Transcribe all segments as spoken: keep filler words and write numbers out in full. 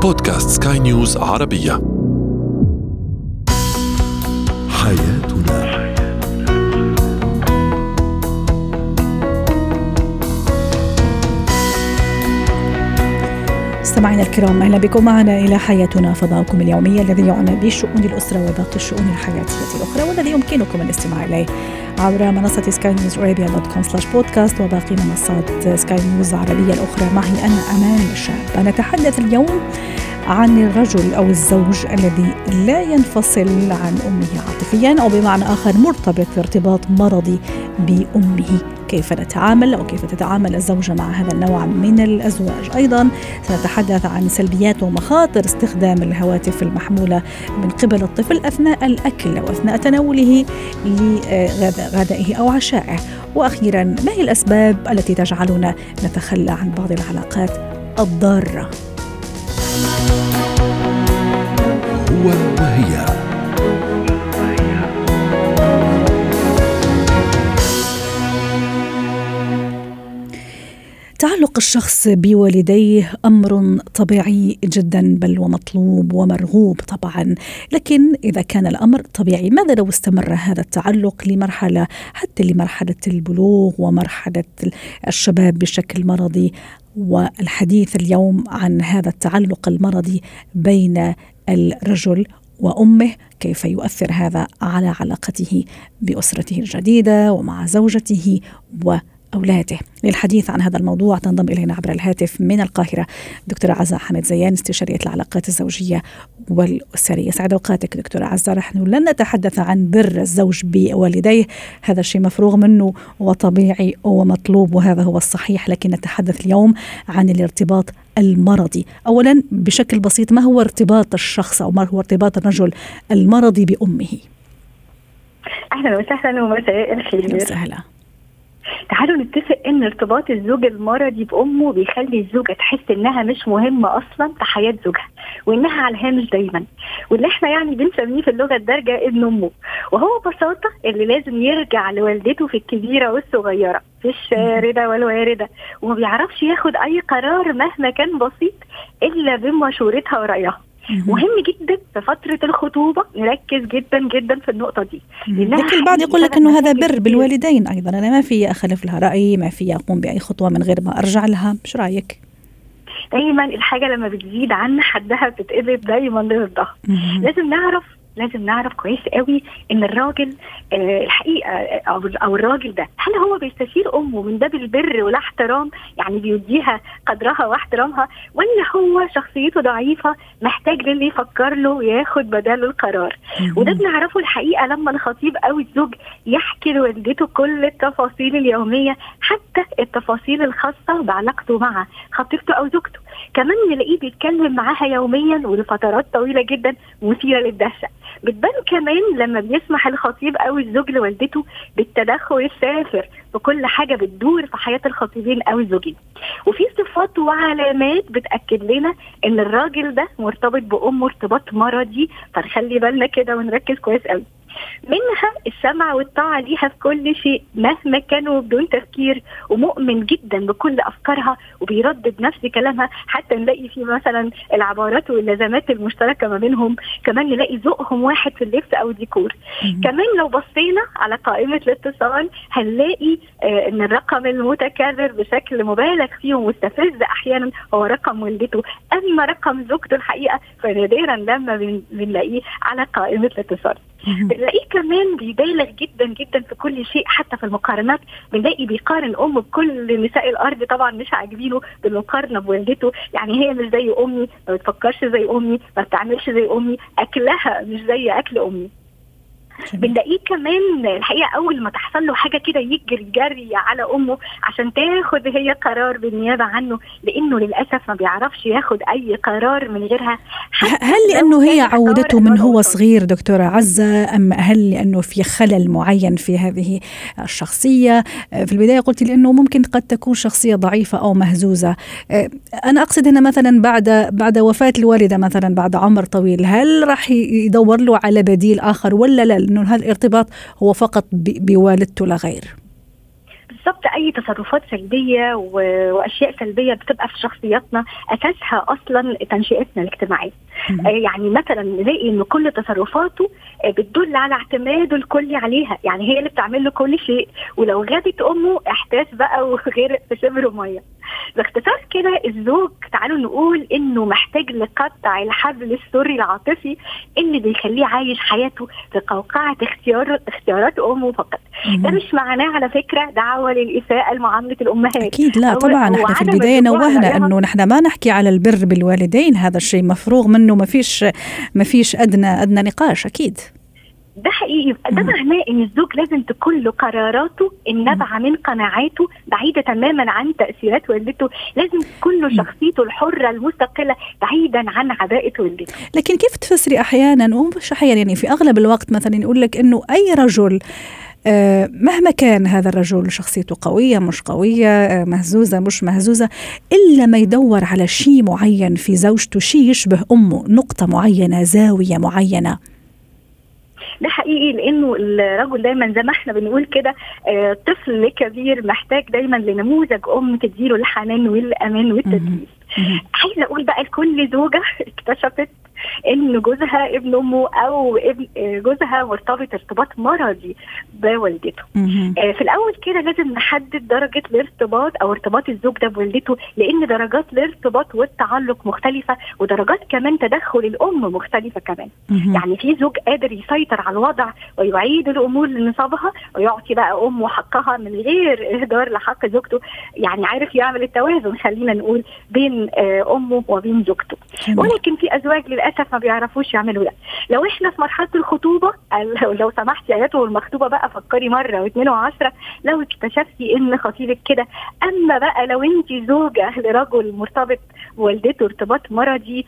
بودكاست سكاي نيوز عربية. حياتنا. مستمعينا الكرام، أهلا بكم معنا إلى حياتنا، فضاؤكم اليومي الذي يعنى بشؤون الأسرة وباقي الشؤون الحياتية الأخرى، والذي يمكنكم الاستماع إليه عبر منصة سكاي نيوز عربية دوت كوم سلاش بودكاست وباقي منصات سكاي نيوز العربية الأخرى. معي أنا أمان الشاب. نتحدث اليوم عن الرجل أو الزوج الذي لا ينفصل عن أمه عاطفيا، أو بمعنى آخر مرتبط ارتباط مرضي بأمه. كيف نتعامل أو كيف تتعامل الزوجة مع هذا النوع من الأزواج؟ أيضا سنتحدث عن سلبيات ومخاطر استخدام الهواتف المحمولة من قبل الطفل أثناء الأكل أو أثناء تناوله لغذائه أو عشائه. وأخيرا، ما هي الأسباب التي تجعلنا نتخلى عن بعض العلاقات الضارة؟ هو وهي. تعلق الشخص بوالديه أمر طبيعي جدا، بل ومطلوب ومرغوب طبعا. لكن إذا كان الأمر طبيعي، ماذا لو استمر هذا التعلق لمرحلة حتى لمرحلة البلوغ ومرحلة الشباب بشكل مرضي؟ والحديث اليوم عن هذا التعلق المرضي بين الرجل وأمه، كيف يؤثر هذا على علاقته بأسرته الجديدة ومع زوجته و أولاده. للحديث عن هذا الموضوع تنضم إلينا عبر الهاتف من القاهرة دكتورة عزة حمد زيان، استشارية العلاقات الزوجية والأسرية. سعد أوقاتك دكتورة عزة. نحن لن نتحدث عن بر الزوج بوالديه، هذا شيء مفروغ منه وطبيعي ومطلوب، وهذا هو الصحيح. لكن نتحدث اليوم عن الارتباط المرضي. أولا بشكل بسيط، ما هو ارتباط الشخص أو ما هو ارتباط الرجل المرضي بأمه؟ أهلا وسهلا ومساء الخير. وسهلا. تعالوا نتفق ان ارتباط الزوج المرضي بامه بيخلي الزوجه تحس انها مش مهمه اصلا في حياه زوجها، وانها على الهامش دايما، واللي احنا يعني بنسميه في اللغه الدارجه ابن امه. وهو ببساطه اللي لازم يرجع لوالدته في الكبيره والصغيره، في الشارده والوارده، وما بيعرفش ياخد اي قرار مهما كان بسيط الا بمشورتها ورايها. مهم جدا في فترة الخطوبة نركز جدا جدا في النقطة دي. لكن البعض يقول لك أنه هذا بر بالوالدين أيضا، أنا ما في أخلف لها رأي، ما في أقوم بأي خطوة من غير ما أرجع لها. مش رأيك؟ دايما الحاجة لما بتزيد عن حدها بتتقلب دايما ضدها. لازم نعرف لازم نعرف كويس قوي ان الراجل آه الحقيقه او, أو الراجل ده، هل هو بيستشير امه من باب البر ولا احترام، يعني بيديها قدرها واحترامها، ولا هو شخصيته ضعيفه محتاج للي يفكر له ياخد بداله القرار؟ وده بنعرفه الحقيقه لما الخطيب او الزوج يحكي لوالدته كل التفاصيل اليوميه، حتى التفاصيل الخاصه بعلاقته مع خطيبته او زوجته. كمان نلاقيه بيتكلم معاها يوميا ولفترات طويله جدا مثيره للدهشه. بتبان كمان لما بيسمح الخطيب أو الزوج لوالدته بالتدخل السافر في كل حاجة بتدور في حياة الخطيبين أو الزوجين. وفي صفات وعلامات بتأكد لنا إن الراجل ده مرتبط بأمه ارتباط مرضي، فنخلي بالنا كده ونركز كويس قوي. منها السمع والطاعة ليها في كل شيء مهما كانوا بدون تفكير، ومؤمن جدا بكل أفكارها وبيردد نفس كلامها. حتى نلاقي في مثلا العبارات واللازمات المشتركة ما بينهم. كمان نلاقي ذوقهم واحد في اللبس أو الديكور. كمان لو بصينا على قائمة الاتصال هنلاقي آه إن الرقم المتكرر بشكل مبالغ فيه ومستفز أحيانا هو رقم والدته، أما رقم زوجته الحقيقة فنادرا لما بنلاقيه على قائمة الاتصال. بنلاقيه كمان بيبالغ جدا جدا في كل شيء، حتى في المقارنات بنلاقي بيقارن أمه بكل نساء الأرض، طبعا مش عاجبينه بالمقارنة بوالدته. يعني هي مش زي أمي، ما بتفكرش زي أمي، ما بتعملش زي أمي، أكلها مش زي أكل أمي. بنلاقيه كمان الحقيقة أول ما تحصل له حاجة كده يجري جري على أمه عشان تاخد هي قرار بالنيابة عنه، لأنه للأسف ما بيعرفش ياخد أي قرار من غيرها. هل لأنه هي عودته من هو صغير دكتورة عزة، أم هل لأنه في خلل معين في هذه الشخصية؟ في البداية قلت لأنه ممكن قد تكون شخصية ضعيفة أو مهزوزة. أنا أقصد هنا مثلا بعد بعد وفاة الوالدة مثلا بعد عمر طويل، هل راح يدور له على بديل آخر ولا لا؟ لأنه هذا الارتباط هو فقط بوالدته لا غير. بالظبط اي تصرفات سلبيه واشياء سلبيه بتبقى في شخصياتنا اساسها اصلا تنشئتنا الاجتماعيه. آه يعني مثلا نلاقي ان كل تصرفاته آه بتدل على اعتماده الكلي عليها، يعني هي اللي بتعمل له كل شيء، ولو غابت امه احساس بقى وغير في شبر ميه. باختصار كده الزوج تعالوا نقول انه محتاج لقطع الحبل السري العاطفي اللي بيخليه عايش حياته في قوقعة اختيار اختيارات امه فقط. ده مش معناه على فكرة دعوة للإساءة لمعاملة الأمهات، أكيد لا طبعا. احنا في البداية نوهنا انه نحن ما نحكي على البر بالوالدين، هذا الشيء مفروغ منه، ما فيش ما فيش ادنى ادنى نقاش. اكيد ده حقيقي. ده معناه ان الزوج لازم تكون له قراراته النابعه من قناعاته بعيده تماما عن تاثيرات والدته، لازم تكون له شخصيته الحره المستقله بعيدا عن عباءه والدته. لكن كيف تفسري احيانا ومش احيانا يعني في اغلب الوقت مثلا يقول لك انه اي رجل آه مهما كان هذا الرجل شخصيته قوية مش قوية، آه مهزوزة مش مهزوزة، إلا ما يدور على شيء معين في زوجته، شيء يشبه أمه، نقطة معينة، زاوية معينة. ده حقيقي، لانه الرجل دايما زي ما احنا بنقول كده آه طفل كبير محتاج دايما لنموذج ام تديله الحنان والامان والتدليس. عايزه اقول بقى لكل زوجه اكتشفت ان جوزها ابن امه او ابن جوزها مرتبط ارتباط مرضي بوالدته. آه في الاول كده لازم نحدد درجه الارتباط او ارتباط الزوج ده بوالدته، لان درجات الارتباط والتعلق مختلفه، ودرجات كمان تدخل الام مختلفه كمان. يعني في زوج قادر يسيطر على الوضع ويعيد الامور لنصابها ويعطي بقى امه حقها من غير اهدار لحق زوجته، يعني عارف يعمل التوازن خلينا نقول بين آه امه وبين زوجته. ولكن في ازواج للاسف ما بيعرفوش يعملوا ده. لو احنا في مرحله الخطوبه، لو سمحتي اياته المخطوبه بقى فكري مره واثنين وعشرة لو اكتشفتي ان خطيبك كده. اما بقى لو انت زوجه لرجل مرتبط بوالدته ارتباط مرضي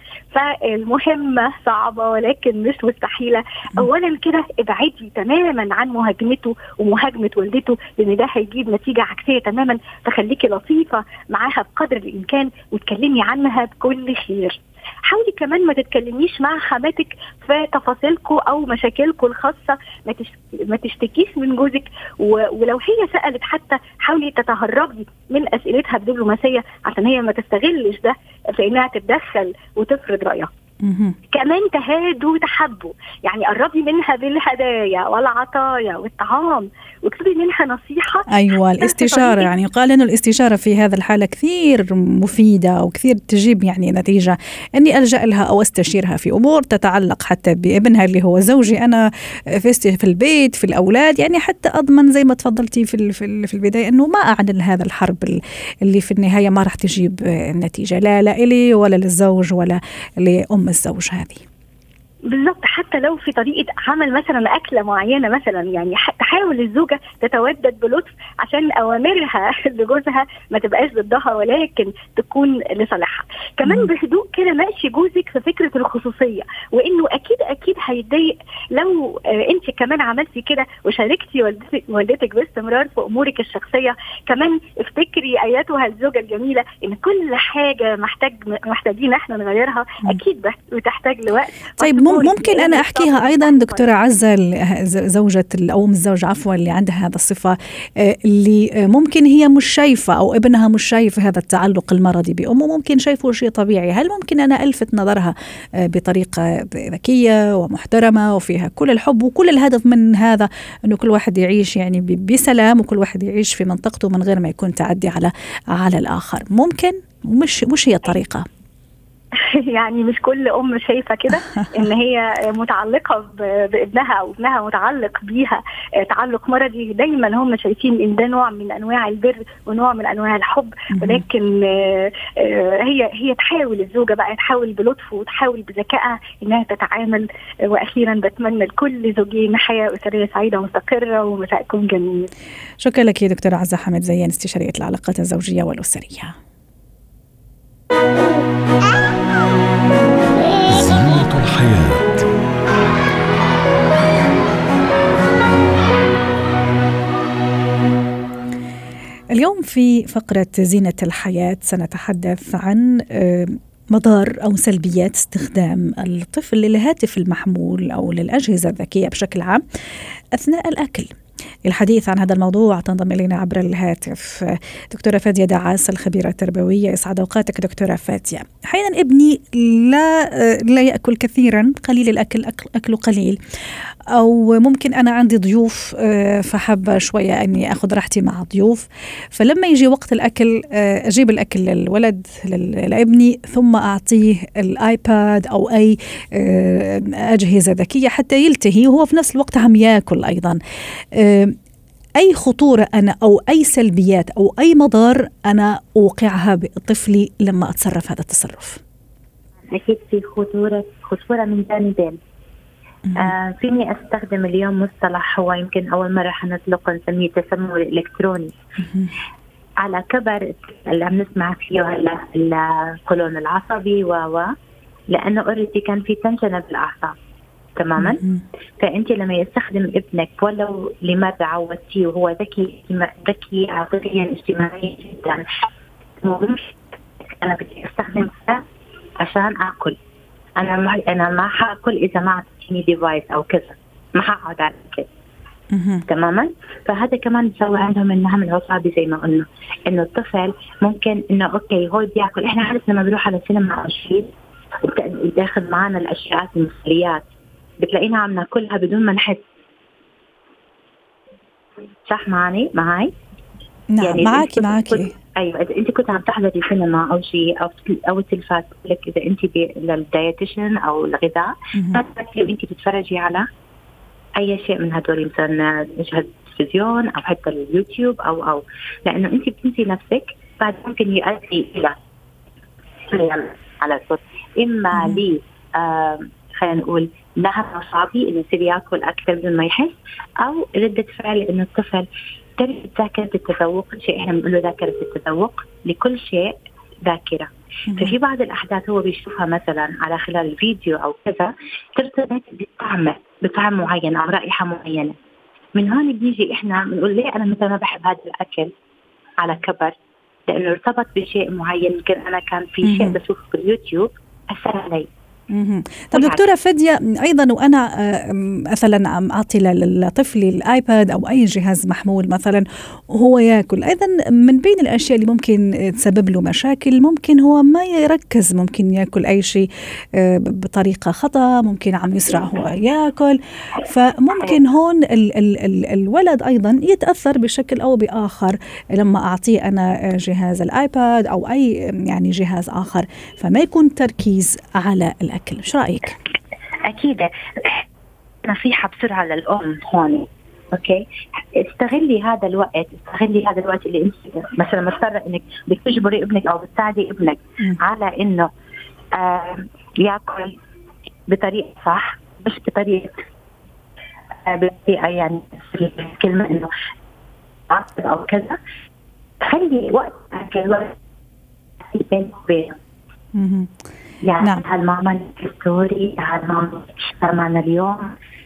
فالمهمه صعبه ولكن مش مستحيله. اولا كده ابعدي تماما عن مهاجمته ومهاجمه والدته، لان ده هيجيب نتيجه عكسيه تماما. فخليكي لطيفه معاها بقدر الامكان وتكلمي عنها بكل خير. حاولي كمان ما تتكلميش مع حماتك في تفاصيلكم او مشاكلكم الخاصه، ما, تش... ما تشتكيش من جوزك، و... ولو هي سالت حتى حاولي تتهربي من اسئلتها بدبلوماسيه عشان هي ما تستغلش ده في انها تتدخل وتفرض رايها. كمان تهادوا وتحبوا، يعني قربي منها بالهدايا والعطايا والطعام واكتبي منها نصيحة. أيوة الاستشارة، يعني يقال أنه الاستشارة في هذا الحالة كثير مفيدة وكثير تجيب يعني نتيجة، أني ألجأ لها أو استشيرها في أمور تتعلق حتى بابنها اللي هو زوجي أنا في في البيت في الأولاد، يعني حتى أضمن زي ما تفضلتي في في البداية أنه ما أعلن هذا الحرب اللي في النهاية ما راح تجيب نتيجة لا لا إلي ولا للزوج ولا لأم الزوج هذه. بالضبط، حتى لو في طريقة عمل مثلا أكلة معينة مثلا، يعني تحاول الزوجة تتودد بلطف عشان أوامرها لجوزها ما تبقاش ضدها ولكن تكون لصالحها. كمان بهدوء كده ماشي جوزك في فكرة الخصوصية، وإنه أكيد أكيد هيتضايق لو آه أنت كمان عملتي كده وشاركتي والدتك, والدتك باستمرار في أمورك الشخصية. كمان افتكري أياتها الزوجة الجميلة إن كل حاجة محتاج محتاجين احنا نغيرها أكيد بتحتاج لوقت. طيب ممكن أنا أحكيها أيضا دكتورة عزة، زوجة أو أم الزوج عفوا اللي عندها هذا الصفة، اللي ممكن هي مش شايفة أو ابنها مش شايف هذا التعلق المرضي بأمه، ممكن شايفه شيء طبيعي. هل ممكن أنا ألفت نظرها بطريقة ذكية ومحترمة وفيها كل الحب وكل الهدف من هذا أنه كل واحد يعيش يعني بسلام وكل واحد يعيش في منطقته من غير ما يكون تعدي على على الآخر؟ ممكن مش مش هي الطريقة. يعني مش كل أم شايفة كده إن هي متعلقة بابنها أو ابنها متعلق بيها تعلق مرضي. دايما هم شايفين إن ده نوع من أنواع البر ونوع من أنواع الحب، ولكن هي هي تحاول الزوجة بقى تحاول بلطف وتحاول بذكائها إنها تتعامل. وأخيرا بتمنى لكل زوجين حياة أسرية سعيدة ومستقرة ومساءكم جميل. شكرا لك دكتورة عزة حمد زيان، استشارية العلاقات الزوجية والأسرية. زينة الحياة. اليوم في فقرة زينة الحياة سنتحدث عن مضار أو سلبيات استخدام الطفل للهاتف المحمول أو للأجهزة الذكية بشكل عام أثناء الأكل. الحديث عن هذا الموضوع تنضم إلينا عبر الهاتف دكتورة فادية دعاس الخبيرة التربوية. يسعد أوقاتك دكتورة فادية. أحيانا ابني لا لا يأكل كثيرا، قليل الأكل، أكله قليل، أو ممكن أنا عندي ضيوف فحابة شوية أني أخذ راحتي مع ضيوف، فلما يجي وقت الأكل أجيب الأكل للولد لابني ثم أعطيه الآيباد أو أي أجهزة ذكية حتى يلتهي وهو في نفس الوقت عم يأكل أيضا. أي خطورة أنا أو أي سلبيات أو أي مضار أنا أوقعها بطفلي لما أتصرف هذا التصرف؟ أكيد في خطورة خطورة من جانبين. آه فيني أستخدم اليوم مصطلح هو يمكن أول مرة حنطلقه نسميه التسمم الإلكتروني. على كبر اللي عم نسمع فيه هلا القولون العصبي و لأنه أوريدي كان في تنشنة بالأعصاب تماما. فأنت لما يستخدم ابنك ولو لماذا عودتيه وهو ذكي ذكي عاطفيا اجتماعيا جدا، أنا بدي أستخدم عشان أكل، أنا ما أنا ما حأكل إذا ما عطيني ديفايس أو كذا، ما حقعد على كذا تماما. فهذا كمان بيسوي عندهم النهم العصبي زي ما قلنا، إنه الطفل ممكن إنه أوكي هو بيأكل. إحنا عارف لما بنروح على السينما أو شيء داخل معنا الأشياء المسليات بتلاقينا عم ناكلها بدون ما نحس، صح معاني معاي؟ نعم يعني معاكي معاكي ايوه اذا انت كنت عم تحضري سينما او شيء او او التلفاز لك اذا انت للدايتيشن او الغذاء ما تاكلي وانت تتفرجي على اي شيء من هدول، مثلا جهاز التلفزيون او حتى اليوتيوب او او لانه انت بتنسي نفسك، بعد ممكن يؤدي الى على صوت اما لي آه خلينا نقول نهم عصبي انه يصير ياكل اكثر بدون ما يحس، او رده فعل انه الطفل ترى ذاكرة التذوق، شيء احنا بنقوله ذاكرة التذوق، لكل شيء ذاكرة. ففي بعض الأحداث هو بيشوفها مثلا على خلال الفيديو أو كذا ترتبط بطعم بطعم معين أو رائحة معينة. من هون بنيجي احنا بنقول ليه أنا مثلا ما بحب هذا الأكل على كبر، لأنه ارتبط بشيء معين. يمكن أنا كان في شيء بشوفه في اليوتيوب أثر علي. طب دكتورة فادية، أيضا وأنا مثلا عم أعطي لطفلي الآيباد أو أي جهاز محمول مثلا وهو يأكل، أيضا من بين الأشياء اللي ممكن تسبب له مشاكل ممكن هو ما يركز، ممكن يأكل أي شيء بطريقة خطأ، ممكن عم يسرع هو يأكل، فممكن هون ال ال ال الولد أيضا يتأثر بشكل أو بآخر لما أعطيه أنا جهاز الآيباد أو أي يعني جهاز آخر، فما يكون تركيز على الأكل. ايش رايك؟ اكيد نصيحه بسرعه للام هون، اوكي استغلي هذا الوقت، استغلي هذا الوقت اللي انت مثلا مضطره انك بدك تجبري ابنك او بتساعدي ابنك م. على انه آه ياكل بطريقه صح، مش بطريقه آه بطريقه يعني الكلمه انه عصب او كذا. خلي وقت اكل وقت بين بينهم، يعني نعم. هالماما ستوري هالماما معنا اليوم.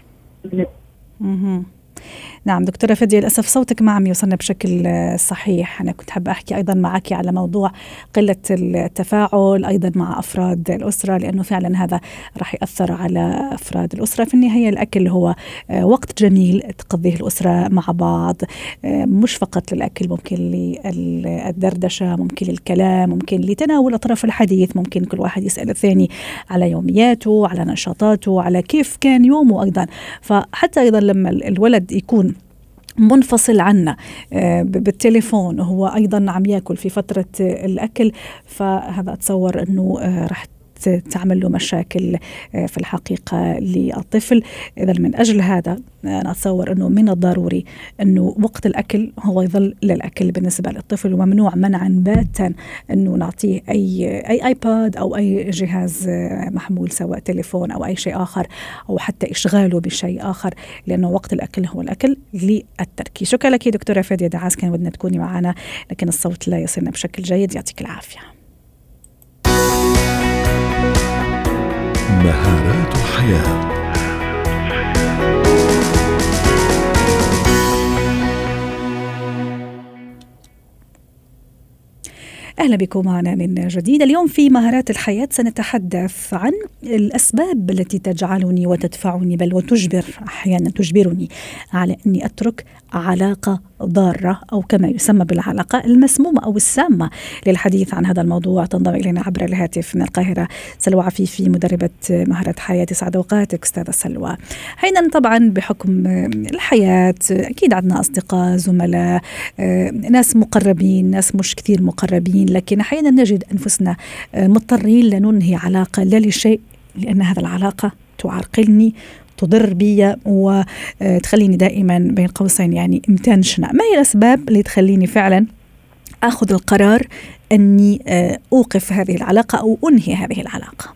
نعم دكتورة فادية، للأسف صوتك ما عم يوصلنا بشكل صحيح. أنا كنت حابة أحكي أيضا معك على موضوع قلة التفاعل أيضا مع أفراد الأسرة، لأنه فعلا هذا راح يأثر على أفراد الأسرة. في النهاية الأكل هو وقت جميل تقضيه الأسرة مع بعض، مش فقط للأكل، ممكن للدردشة، ممكن للكلام، ممكن لتناول أطراف الحديث، ممكن كل واحد يسأل الثاني على يومياته، على نشاطاته، على كيف كان يومه أيضا. فحتى أيضا لما الولد يكون منفصل عنا بالتليفون وهو أيضا عم يأكل في فترة الأكل، فهذا أتصور أنه رح تعمل له مشاكل في الحقيقة للطفل. إذا من أجل هذا أنا أتصور أنه من الضروري أنه وقت الأكل هو يظل للأكل بالنسبة للطفل، وممنوع منعا باتا أنه نعطيه أي أي آيباد أو أي جهاز محمول سواء تليفون أو أي شيء آخر، أو حتى إشغاله بشيء آخر، لأنه وقت الأكل هو الأكل للتركيز. شكرا لك دكتورة فادية دعاس، كان ودنا تكوني معنا لكن الصوت لا يصلنا بشكل جيد، يعطيك العافية. مهارات الحياة. أهلا بكم معنا من جديد. اليوم في مهارات الحياة سنتحدث عن الأسباب التي تجعلني وتدفعني بل وتجبر أحيانا تجبرني على أني أترك علاقة ضارة أو كما يسمى بالعلاقة المسمومة أو السامة. للحديث عن هذا الموضوع تنضم إلينا عبر الهاتف من القاهرة سلوى عفيفي، مدربة مهارات حياة. سعد أوقاتك أستاذة سلوى. حينا طبعا بحكم الحياة أكيد عندنا أصدقاء، زملاء، ناس مقربين، ناس مش كثير مقربين، لكن أحيانا نجد أنفسنا مضطرين لننهي علاقة لا لشيء، لأن هذا العلاقة تعرقلني، تضر بي وتخليني دائما بين قوسين يعني متنشنة. ما هي الأسباب اللي تخليني فعلا أخذ القرار أني أوقف هذه العلاقة أو أنهي هذه العلاقة؟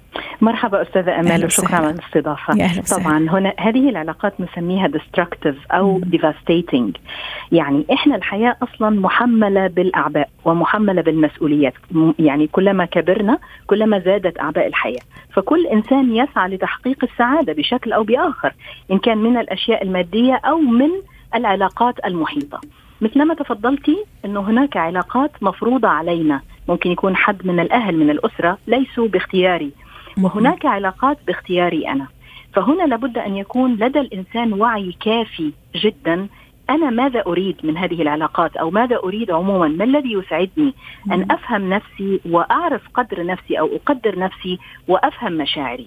مرحبا أستاذة أمال وشكرا على الاستضافة. طبعا هنا هذه العلاقات نسميها destructive أو devastating. يعني إحنا الحياة أصلا محملة بالأعباء ومحملة بالمسؤوليات، يعني كلما كبرنا كلما زادت أعباء الحياة، فكل إنسان يسعى لتحقيق السعادة بشكل أو بآخر، إن كان من الأشياء المادية أو من العلاقات المحيطة. مثلما تفضلتي أنه هناك علاقات مفروضة علينا، ممكن يكون حد من الأهل من الأسرة ليسوا باختياري، وهناك علاقات باختياري أنا. فهنا لابد أن يكون لدى الإنسان وعي كافي جدا، أنا ماذا أريد من هذه العلاقات أو ماذا أريد عموما، ما الذي يسعدني، أن أفهم نفسي وأعرف قدر نفسي أو أقدر نفسي وأفهم مشاعري.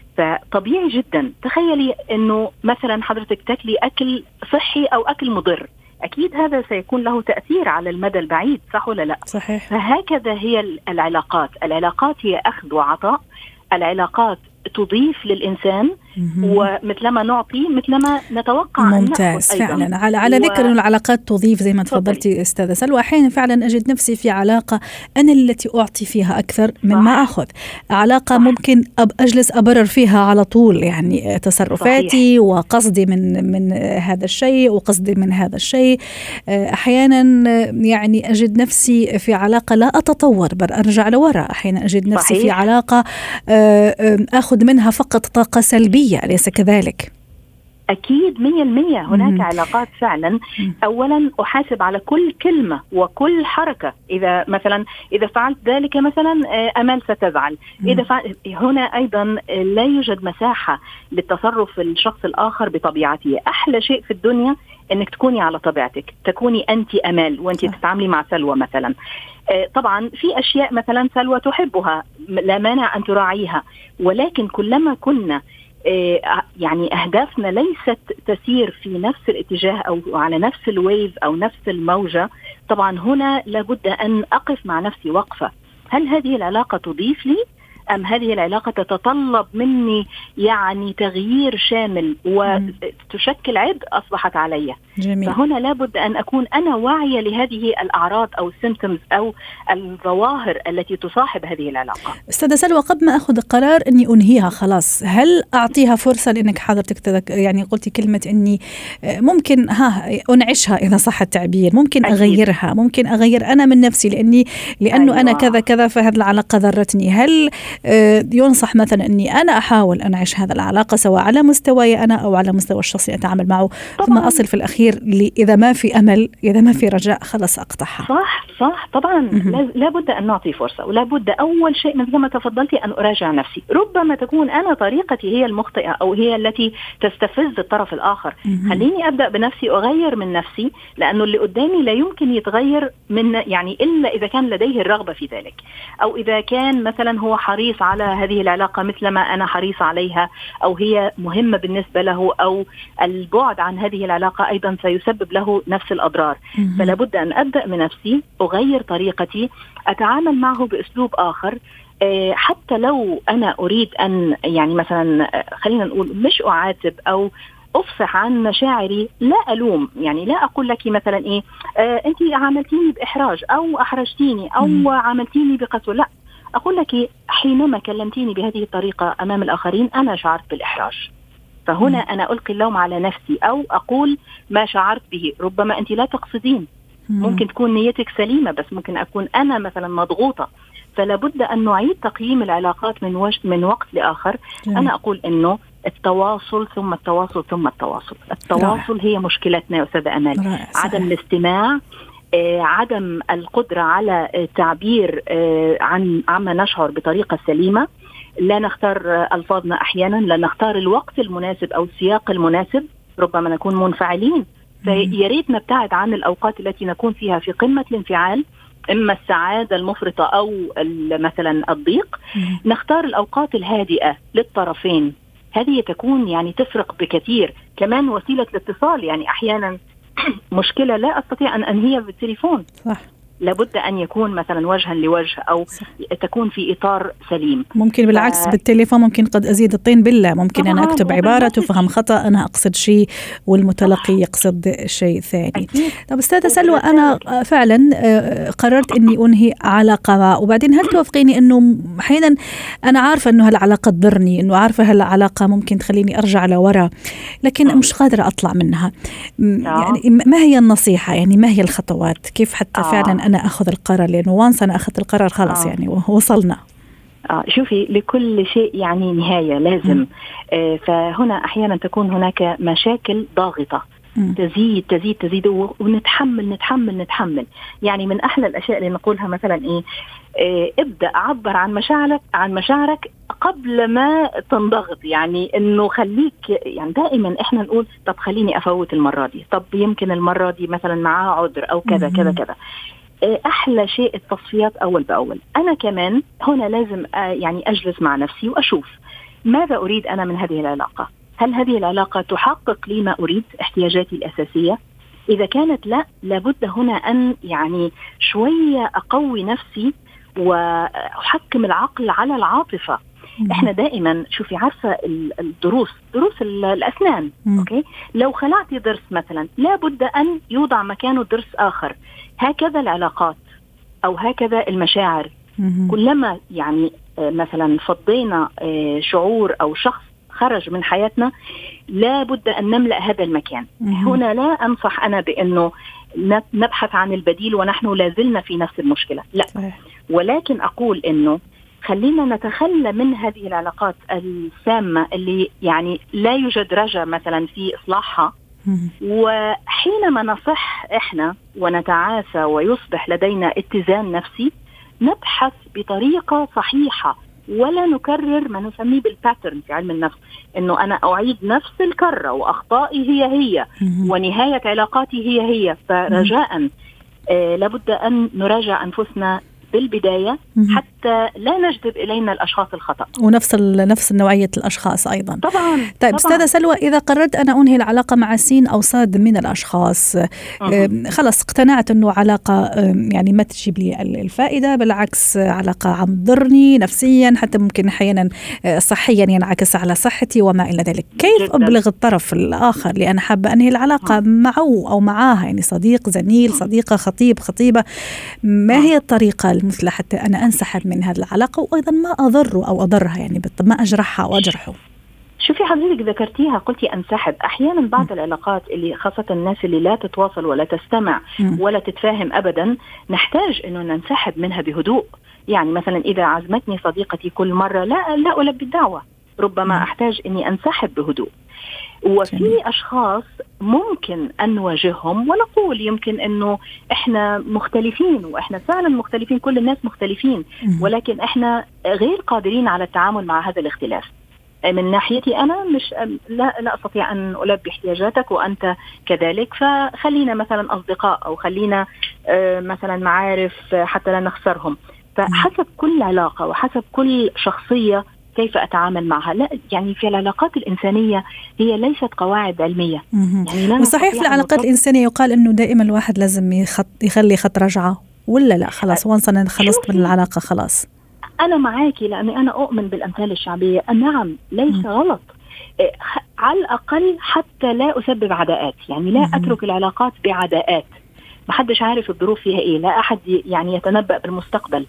فطبيعي جدا تخيلي أنه مثلا حضرتك تاكلي أكل صحي أو أكل مضر، أكيد هذا سيكون له تأثير على المدى البعيد، صح ولا لا؟ صحيح. فهكذا هي العلاقات. العلاقات هي أخذ وعطاء، العلاقات تضيف للإنسان، ومثلما نعطي مثلما نتوقع. ممتاز فعلا. على على ذكر و... العلاقات تضيف زي ما تفضلتي أستاذة سلوى، أحيانا فعلا أجد نفسي في علاقة أنا التي أعطي فيها أكثر مما أخذ، علاقة صح. ممكن أب أجلس أبرر فيها على طول يعني تصرفاتي صحيح. وقصدي من من هذا الشيء وقصدي من هذا الشيء. أحيانا يعني أجد نفسي في علاقة لا أتطور بل أرجع لورا، أحيانا أجد نفسي صحيح. في علاقة أخذ منها فقط طاقة سلبية، أليس كذلك؟ أكيد مية المية. هناك مم. علاقات فعلا مم. أولا أحاسب على كل كلمة وكل حركة، إذا مثلا إذا فعلت ذلك مثلا أمل ستزعل، مم. إذا فعل... هنا أيضا لا يوجد مساحة للتصرف الشخص الآخر بطبيعته. أحلى شيء في الدنيا أنك تكوني على طبيعتك، تكوني أنت أمل وأنت تتعاملي مع سلوى مثلا. طبعا في أشياء مثلا سلوى تحبها لا مانع أن تراعيها، ولكن كلما كنا يعني أهدافنا ليست تسير في نفس الاتجاه أو على نفس الويف أو نفس الموجة، طبعا هنا لابد أن أقف مع نفسي وقفة. هل هذه العلاقة تضيف لي أم هذه العلاقة تتطلب مني يعني تغيير شامل وتشكل عبء أصبحت علي؟ جميل. فهنا لابد أن أكون أنا واعية لهذه الأعراض أو السيمتومز أو الظواهر التي تصاحب هذه العلاقة. أستاذة سلوى، قبل ما أخذ قرار أني أنهيها خلاص، هل أعطيها فرصة؟ لأنك حضرتك يعني قلتي كلمة أني ممكن ها أنعشها إذا صح التعبير، ممكن أكيد. أغيرها، ممكن أغير أنا من نفسي لأني لأنه أيوة. أنا كذا كذا فهذه العلاقة ضرتني. هل ينصح مثلا أني أنا أحاول أنعيش هذا العلاقة سواء على مستواي أنا أو على مستوى الشخص اللي أتعامل معه، ثم أصل في الأخير إذا ما في أمل، إذا ما في رجاء، خلص أقطعها؟ صح صح طبعا. لابد أن نعطي فرصة، ولابد أول شيء مثل ما تفضلتي أن أراجع نفسي. ربما تكون أنا طريقتي هي المخطئة أو هي التي تستفز الطرف الآخر. خليني أبدأ بنفسي، أغير من نفسي، لأنه اللي قدامي لا يمكن يتغير من يعني إلا إذا كان لديه الرغبة في ذلك، أو إذا كان مثلا هو حريص على هذه العلاقة مثل ما أنا حريص عليها، أو هي مهمة بالنسبة له، أو البعد عن هذه العلاقة أيضا سيسبب له نفس الأضرار. فلا بد أن أبدأ من نفسي، أغير طريقتي، أتعامل معه بأسلوب آخر. حتى لو أنا أريد أن يعني مثلا خلينا نقول مش أعاتب أو أفصح عن مشاعري، لا ألوم، يعني لا أقول لك مثلا إيه آه أنت عاملتيني بإحراج أو أحرجتيني أو م. عاملتيني بقسوة، لا، أقول لك حينما كلمتيني بهذه الطريقة أمام الآخرين أنا شعرت بالإحراج، فهنا م. أنا ألقي اللوم على نفسي أو أقول ما شعرت به. ربما أنت لا تقصدين، ممكن تكون نيتك سليمة، بس ممكن أكون أنا مثلا مضغوطة. فلا بد أن نعيد تقييم العلاقات من وش من وقت لآخر. جميل. أنا أقول إنه التواصل ثم التواصل ثم التواصل. التواصل رائع. هي مشكلتنا يا أستاذة أمال. عدم الاستماع، آه عدم القدرة على التعبير آه عن عما نشعر بطريقة سليمة، لا نختار آه ألفاظنا أحيانا، لا نختار الوقت المناسب أو السياق المناسب، ربما نكون منفعلين، فياريت نبتعد عن الأوقات التي نكون فيها في قمة الانفعال، إما السعادة المفرطة أو مثلا الضيق. نختار الأوقات الهادئة للطرفين، هذه تكون يعني تفرق بكثير. كمان وسيلة الاتصال، يعني أحيانا مشكلة لا أستطيع أن أنهيها بالتليفون، صح، لابد أن يكون مثلا وجها لوجه أو صح. تكون في إطار سليم. ممكن بالعكس ف... بالتليفون ممكن قد أزيد الطين بالله، ممكن أنا أكتب عبارة تفهم خطأ، أنا أقصد شيء والمتلقي يقصد شيء ثاني. طب أستاذة سلوى، أنا فعلا قررت أني أنهي علاقة، وبعدين هل توافقيني أنه أحيانا أنا عارفة أنه هالعلاقة تضرني، أنه عارفة هالعلاقة ممكن تخليني أرجع لورا، لكن مش قادرة أطلع منها. يعني ما هي النصيحة؟ يعني ما هي الخطوات؟ كيف حتى فعلا أنا أخذ القرار؟ لأنه وانس أنا أخذت القرار خلاص آه. يعني وصلنا. آه شوفي، لكل شيء يعني نهاية لازم. آه فهنا أحيانا تكون هناك مشاكل ضاغطة م. تزيد تزيد تزيد ونتحمل نتحمل نتحمل. يعني من أحلى الأشياء اللي نقولها مثلا إيه، آه ابدأ عبر عن مشاعرك عن مشاعرك قبل ما تنضغط. يعني إنه خليك، يعني دائما إحنا نقول طب خليني أفوت المرة دي، طب يمكن المرة دي مثلا معاه عذر أو كذا كذا كذا. أحلى شيء التصفيات أول بأول. أنا كمان هنا لازم يعني أجلس مع نفسي وأشوف ماذا أريد أنا من هذه العلاقة. هل هذه العلاقة تحقق لي ما أريد، احتياجاتي الأساسية؟ إذا كانت لا، لابد هنا أن يعني شوية أقوي نفسي وأحكم العقل على العاطفة. إحنا دائما شوفي، عارفة الدروس دروس الأسنان، أوكي، لو خلعتي ضرس مثلا لابد أن يوضع مكانه ضرس آخر. هكذا العلاقات أو هكذا المشاعر. كلما يعني مثلا فضينا شعور أو شخص خرج من حياتنا لابد أن نملأ هذا المكان. هنا لا أنصح أنا بأنه نبحث عن البديل ونحن لازلنا في نفس المشكلة، لا، ولكن أقول أنه خلينا نتخلى من هذه العلاقات السامة اللي يعني لا يوجد رجاء مثلا في إصلاحها. وحينما نصح إحنا ونتعافى ويصبح لدينا اتزان نفسي، نبحث بطريقة صحيحة ولا نكرر ما نسميه بالباترن في علم النفس، إنه أنا أعيد نفس الكرة وأخطائي هي هي ونهاية علاقاتي هي هي. فرجاء آه لابد أن نراجع أنفسنا بالبداية حتى لا نجذب إلينا الأشخاص الخطأ، ونفس نفس نوعية الأشخاص أيضا. طبعا. طيب أستاذة سلوى، إذا قررت أنا أنهي العلاقة مع سين أو صاد من الأشخاص، خلاص اقتنعت أنه علاقة يعني ما تجيب لي الفائدة، بالعكس علاقة عم تضرني نفسيا، حتى ممكن أحيانا صحيا ينعكس على صحتي وما إلى ذلك، كيف جداً. أبلغ الطرف الآخر اللي أنا حابة أنهي العلاقة م. معه أو معاها، يعني صديق، زميل، صديقة، خطيب، خطيبة، ما هي الطريقة المثلى حتى أنا أنسحب من هذه العلاقة وأيضا ما أضره أو أضرها، يعني ما أجرحها أو أجرحه؟ شوفي حضرتك ذكرتيها، قلتي أنسحب. أحيانا بعض م. العلاقات اللي خاصة الناس اللي لا تتواصل ولا تستمع م. ولا تتفاهم أبدا، نحتاج أنه ننسحب منها بهدوء. يعني مثلا إذا عزمتني صديقتي كل مرة لا لا ألبي الدعوة، ربما م. أحتاج أني أنسحب بهدوء. وفي جميل. أشخاص ممكن أن نواجههم ونقول يمكن أنه إحنا مختلفين، وإحنا فعلا مختلفين، كل الناس مختلفين، ولكن إحنا غير قادرين على التعامل مع هذا الاختلاف. من ناحيتي أنا مش لا, لا أستطيع أن ألبي احتياجاتك وأنت كذلك، فخلينا مثلا أصدقاء أو خلينا مثلا معارف حتى لا نخسرهم. فحسب كل علاقة وحسب كل شخصية كيف أتعامل معها. لا يعني في العلاقات الإنسانية هي ليست قواعد علمية. يعني وصحيح في العلاقات الإنسانية يقال إنه دائما الواحد لازم يخط يخلي خط رجعة، ولا لا خلاص وانس أنا خلصت من العلاقة خلاص؟ أنا معاكي، لأني أنا أؤمن بالأمثال الشعبية. نعم ليس م. غلط، على الأقل حتى لا أسبب عداءات. يعني لا م. أترك العلاقات بعداءات، محدش عارف الظروف فيها إيه، لا أحد يعني يتنبأ بالمستقبل.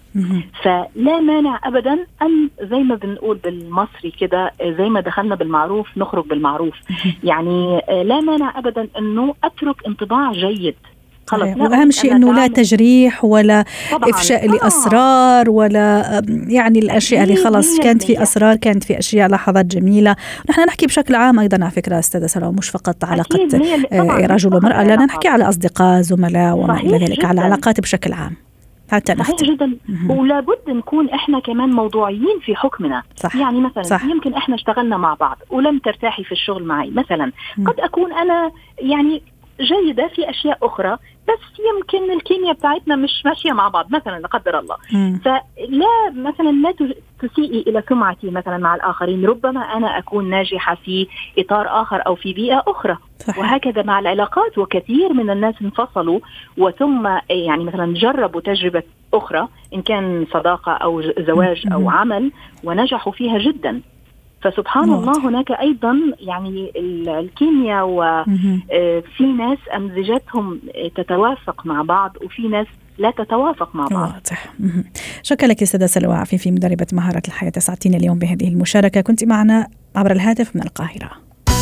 فلا مانع أبدا أن زي ما بنقول بالمصري كده، زي ما دخلنا بالمعروف نخرج بالمعروف. يعني لا مانع أبدا أنه أترك انطباع جيد خلاص. وأهم شيء أنه لا تجريح ولا طبعاً. إفشاء آه. لأسرار ولا يعني الأشياء اللي خلاص كانت في أسرار، كانت في أشياء لحظات جميلة. نحن نحكي بشكل عام أيضا على فكرة أستاذة سلوى، مش فقط علاقة رجل ومرأة، لا نحكي على أصدقاء زملاء وما إلى ذلك، على العلاقات بشكل عام. صحيح جدا. ولا بد نكون احنا كمان موضوعيين في حكمنا. صح. يعني مثلا صح. يمكن احنا اشتغلنا مع بعض ولم ترتاحي في الشغل معي مثلا، مم. قد اكون انا يعني جيدة في اشياء اخرى، بس يمكن الكيمياء بتاعتنا مش ماشية مع بعض مثلا، لا قدر الله. مم. فلا مثلا لا تسيئي الى سمعتي مثلا مع الاخرين، ربما انا اكون ناجحة في اطار اخر او في بيئة اخرى. صحيح. وهكذا مع العلاقات، وكثير من الناس انفصلوا وثم يعني مثلا جربوا تجربة أخرى إن كان صداقة أو زواج أو عمل ونجحوا فيها جدا. فسبحان الله هناك أيضا يعني الكيمياء، وفي ناس أمزجتهم تتوافق مع بعض وفي ناس لا تتوافق مع بعض. واضح. شكرا لك أستاذة سلوى عفيفي، مدربة مهارة الحياة، سعدتينا اليوم بهذه المشاركة. كنت معنا عبر الهاتف من القاهرة.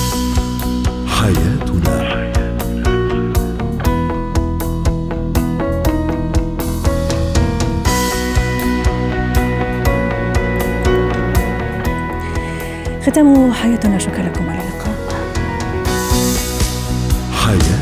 حياتنا. ختام حياتنا، شكرا لكم، على اللقاء. حياتنا.